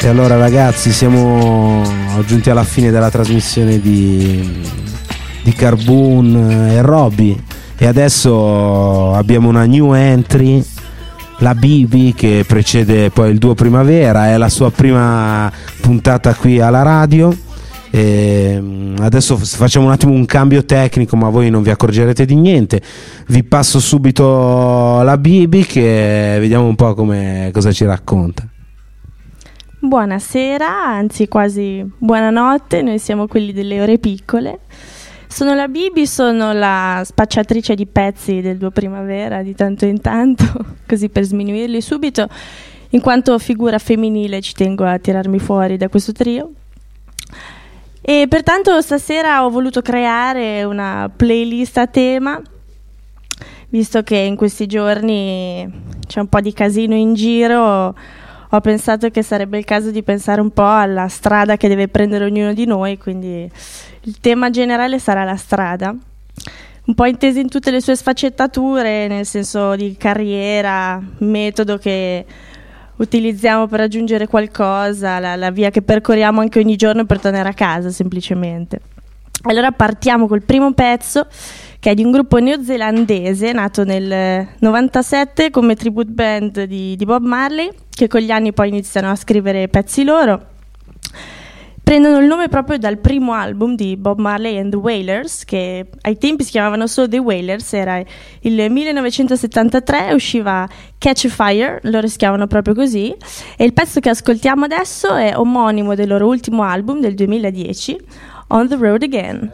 allora ragazzi, siamo giunti alla fine della trasmissione di Carboon e Robby, e adesso abbiamo una new entry, la Bibi, che precede poi il duo Primavera, è la sua prima puntata qui alla radio. E adesso facciamo un attimo un cambio tecnico, ma voi non vi accorgerete di niente. Vi passo subito la Bibi, che vediamo un po' cosa ci racconta. Buonasera, anzi quasi buonanotte, noi siamo quelli delle ore piccole. Sono la Bibi, sono la spacciatrice di pezzi del duo Primavera di tanto in tanto, così per sminuirli subito. In quanto figura femminile ci tengo a tirarmi fuori da questo trio. E pertanto stasera ho voluto creare una playlist a tema, visto che in questi giorni c'è un po' di casino in giro. Ho pensato che sarebbe il caso di pensare un po' alla strada che deve prendere ognuno di noi, quindi il tema generale sarà la strada, un po' intesa in tutte le sue sfaccettature, nel senso di carriera, metodo che utilizziamo per raggiungere qualcosa, la via che percorriamo anche ogni giorno per tornare a casa semplicemente. Allora partiamo col primo pezzo, che è di un gruppo neozelandese nato nel 97 come tribute band di Bob Marley, che con gli anni poi iniziano a scrivere pezzi loro. Prendono il nome proprio dal primo album di Bob Marley and the Wailers, che ai tempi si chiamavano solo The Wailers, era il 1973, usciva Catch a Fire, loro si chiamano proprio così, e il pezzo che ascoltiamo adesso è omonimo del loro ultimo album del 2010, On the Road Again.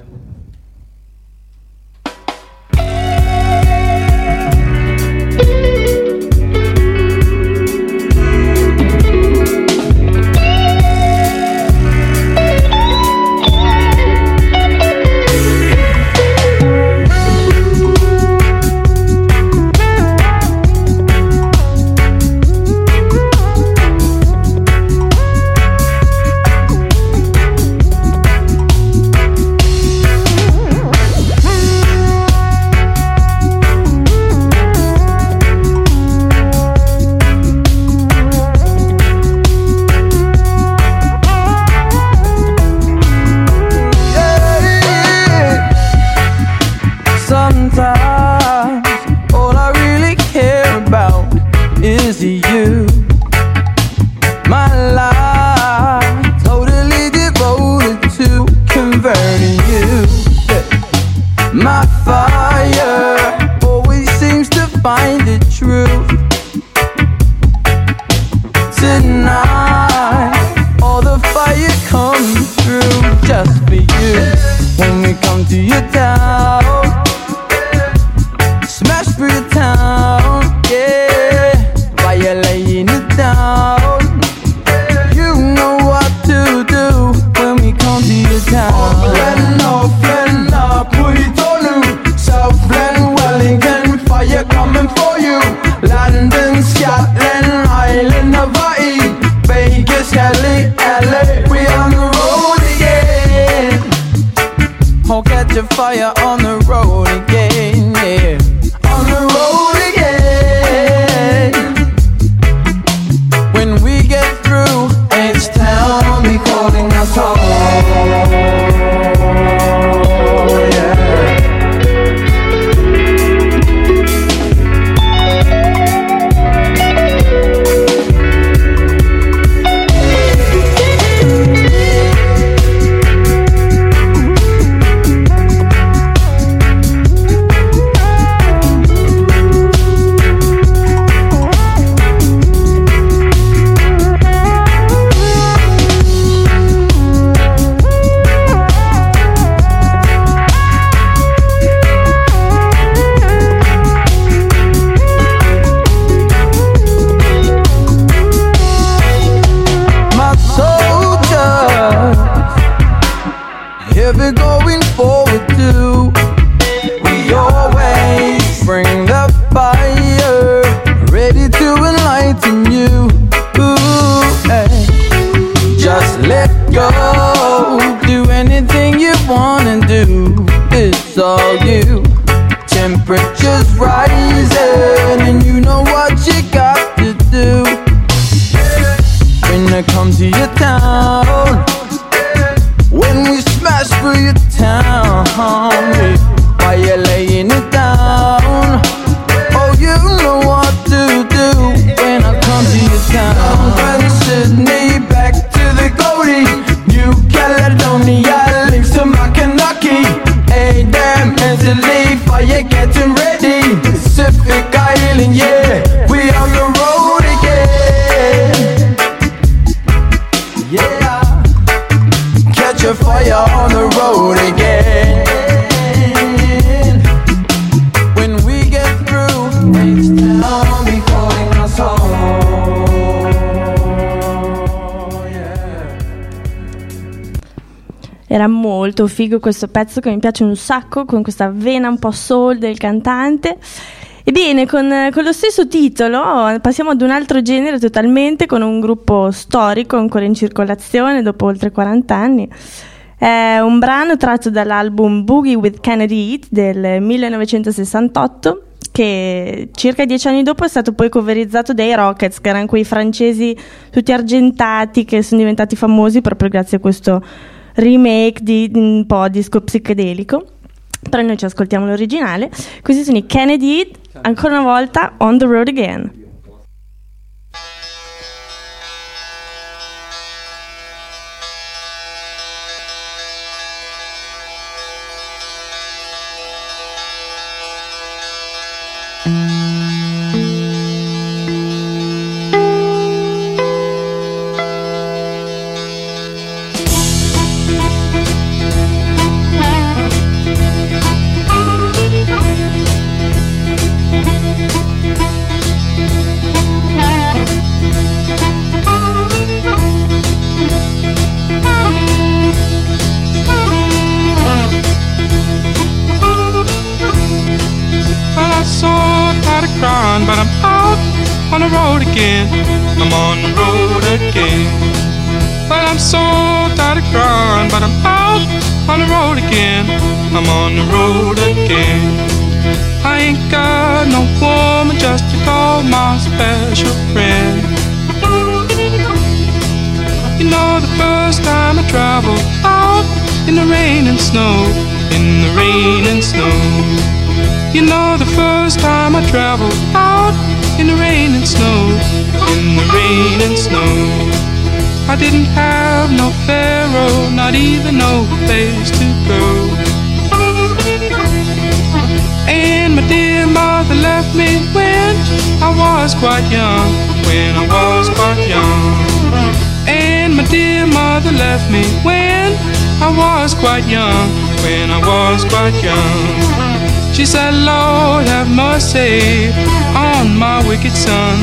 to your town, when we smash through your town, while you're laying it down. Oh, you know what to do when I come to your town. From Sydney back to the Goldie, New Caledonia links to Makanaki. Hey, damn, Angelie, fire getting ready. Pacific Island, yeah, we on the road again. Yeah, catch a fire on the road again. When we get through, H-Town be calling us home. Yeah. Era molto figo questo pezzo che mi piace un sacco, con questa vena un po' soul del cantante. Ebbene, con lo stesso titolo passiamo ad un altro genere totalmente, con un gruppo storico ancora in circolazione dopo oltre 40 anni. È un brano tratto dall'album Boogie with Kennedy Heat del 1968, che circa 10 anni dopo è stato poi coverizzato dai Rockets, che erano quei francesi tutti argentati che sono diventati famosi proprio grazie a questo remake di un po' disco psichedelico. Però noi ci ascoltiamo l'originale. Questi sono i Kennedy Heat, ancora una volta On the Road Again. But I'm out on the road again. I'm on the road again. But I'm so tired of crying. But I'm out on the road again. I'm on the road again. I ain't got no woman just to call my special friend. You know the first time I traveled out in the rain and snow, in the rain and snow. You know the first time I traveled out in the rain and snow, in the rain and snow. I didn't have no pharaoh, not even no place to go. And my dear mother left me when I was quite young, when I was quite young. And my dear mother left me when I was quite young, when I was quite young. She said, Lord, have mercy on my wicked son.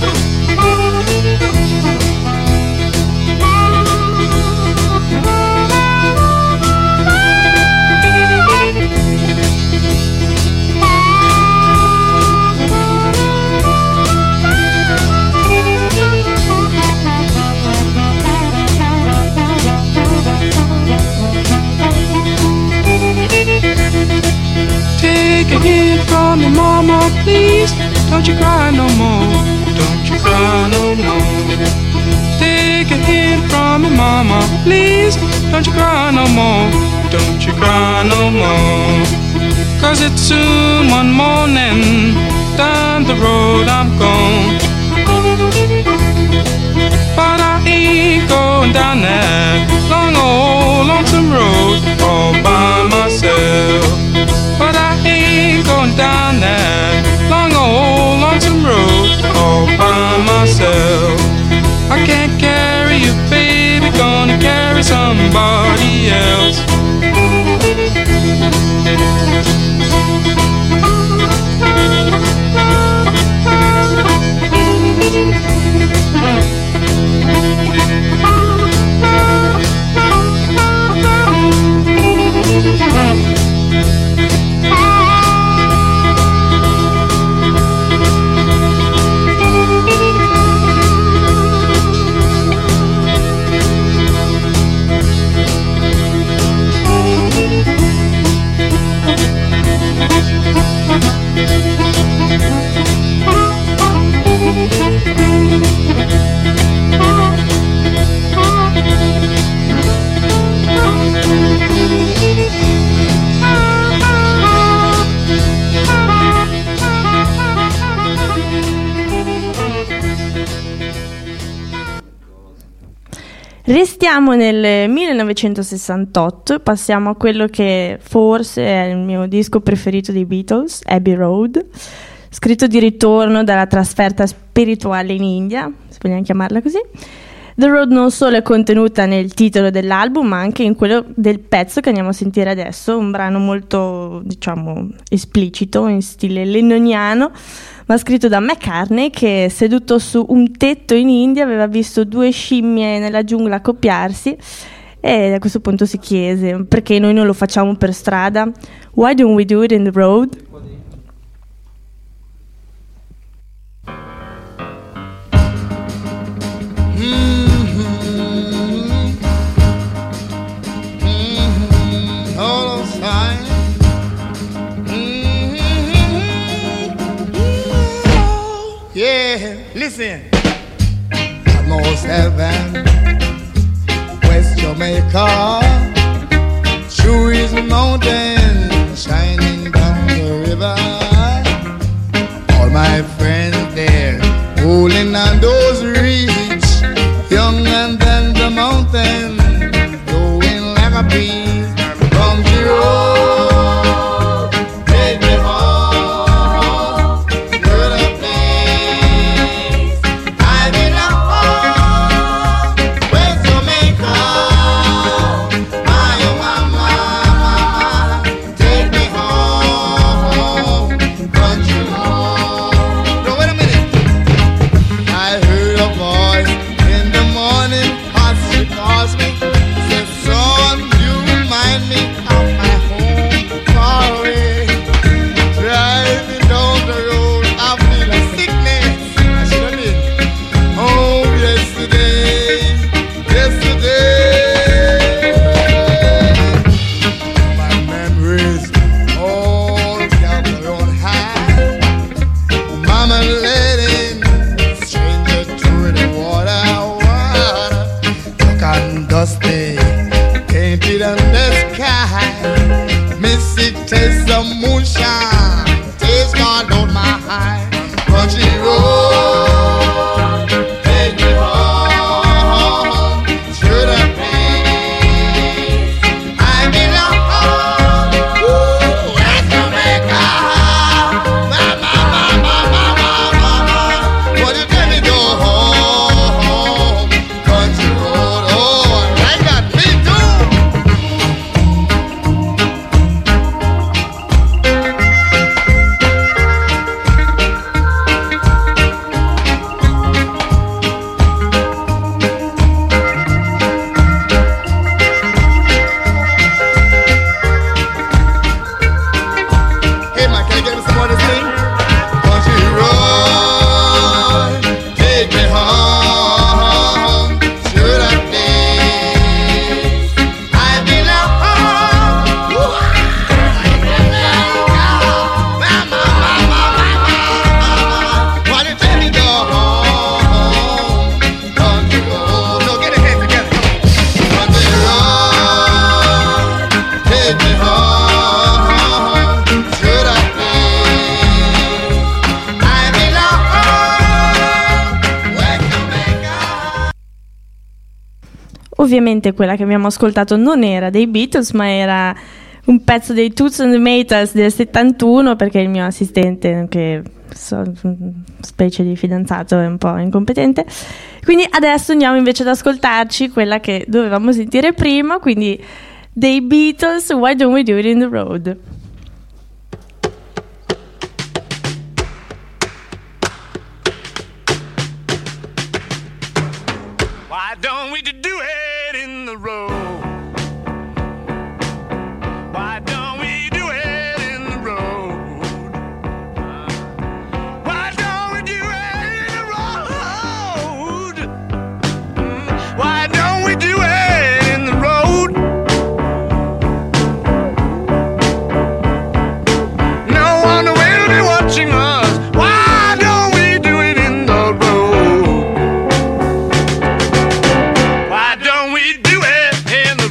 Take a hint from your mama, please. Don't you cry no more. Don't you cry no more. Take a hint from your mama, please. Don't you cry no more. Don't you cry no more. 'Cause it's soon one morning. Down the road I'm gone. But I ain't going down that long old lonesome road all by myself. But I ain't going down that long old lonesome road all by myself. I can't carry you, baby, gonna carry somebody else. Restiamo nel 1968 e passiamo a quello che forse è il mio disco preferito dei Beatles, Abbey Road, scritto di ritorno dalla trasferta spirituale in India, se vogliamo chiamarla così. The Road non solo è contenuta nel titolo dell'album, ma anche in quello del pezzo che andiamo a sentire adesso, un brano molto, diciamo, esplicito, in stile lennoniano, ma scritto da McCartney, che seduto su un tetto in India aveva visto due scimmie nella giungla accoppiarsi e a questo punto si chiese: perché noi non lo facciamo per strada? Why don't we do it in the road? Yeah, listen. Almost heaven, West Jamaica, through his mountain, shining down the river. All my friends there, holding on those reeds, young and then the mountain, going like a bee from the road. Ovviamente quella che abbiamo ascoltato non era dei Beatles, ma era un pezzo dei Toots and the Maytals del 71, perché il mio assistente, che specie di fidanzato, è un po' incompetente. Quindi adesso andiamo invece ad ascoltarci quella che dovevamo sentire prima, quindi dei Beatles, Why Don't We Do It in the Road. Why don't we do it in the road? Why don't we do it in the road? Why don't we do it in the road? Why don't we do it in the road? No one will be watching us. Why don't we do it in the road? Why don't we do it in the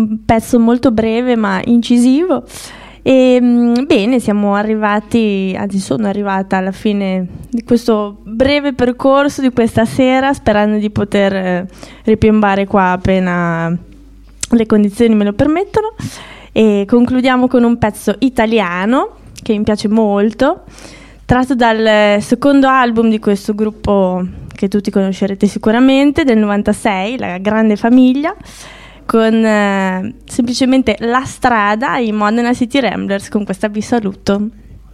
un pezzo molto breve ma incisivo. E bene, sono arrivata alla fine di questo breve percorso di questa sera, sperando di poter ripiombare qua appena le condizioni me lo permettono. E concludiamo con un pezzo italiano che mi piace molto, tratto dal secondo album di questo gruppo che tutti conoscerete sicuramente, del 96, La Grande Famiglia, con semplicemente La Strada, i Modena City Ramblers. Con questa vi saluto.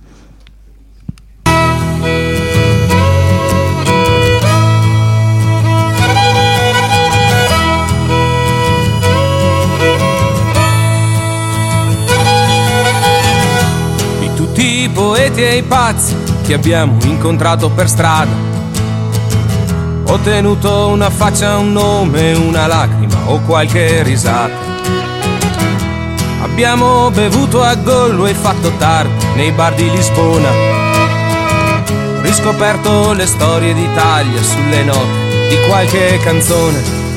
Di tutti i poeti e i pazzi che abbiamo incontrato per strada, ho tenuto una faccia, un nome, una lacrima o qualche risata. Abbiamo bevuto a gollo e fatto tardi nei bar di Lisbona, riscoperto le storie d'Italia sulle note di qualche canzone.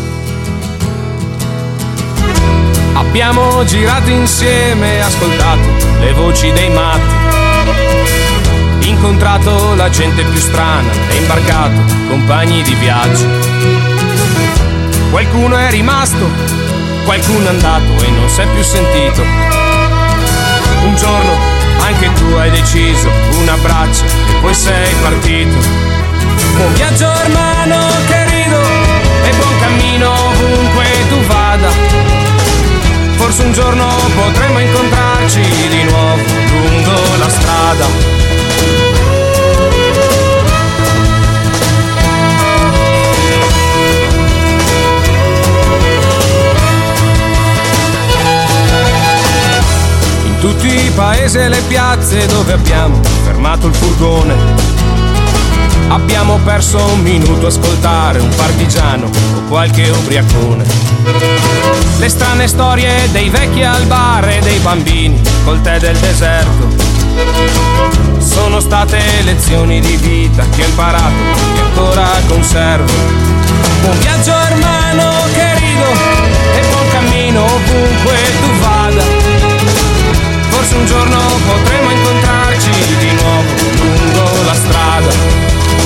Abbiamo girato insieme e ascoltato le voci dei matti, incontrato la gente più strana e imbarcato compagni di viaggio. Qualcuno è rimasto, qualcuno è andato e non si è più sentito. Un giorno anche tu hai deciso un abbraccio e poi sei partito. Buon viaggio hermano querido e buon cammino ovunque tu vada. Forse un giorno potremo incontrarci di nuovo lungo la strada. Tutti i paesi e le piazze dove abbiamo fermato il furgone, abbiamo perso un minuto a ascoltare un partigiano o qualche ubriacone. Le strane storie dei vecchi al bar e dei bambini col tè del deserto sono state lezioni di vita che ho imparato e ancora conservo. Buon viaggio hermano querido e buon cammino ovunque tu vada. Forse un giorno potremo incontrarci di nuovo lungo la strada.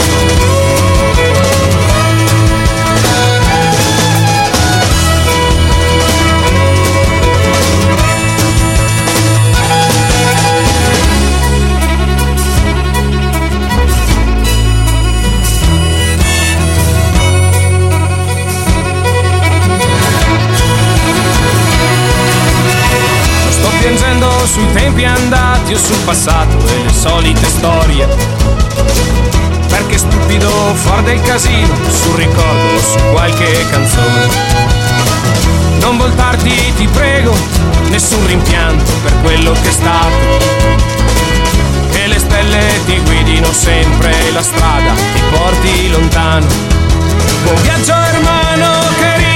Piangendo sui tempi andati o sul passato e le solite storie, perché stupido fuori del casino sul ricordo o su qualche canzone. Non voltarti ti prego, nessun rimpianto per quello che è stato, che le stelle ti guidino sempre, la strada ti porti lontano. Buon viaggio hermano querido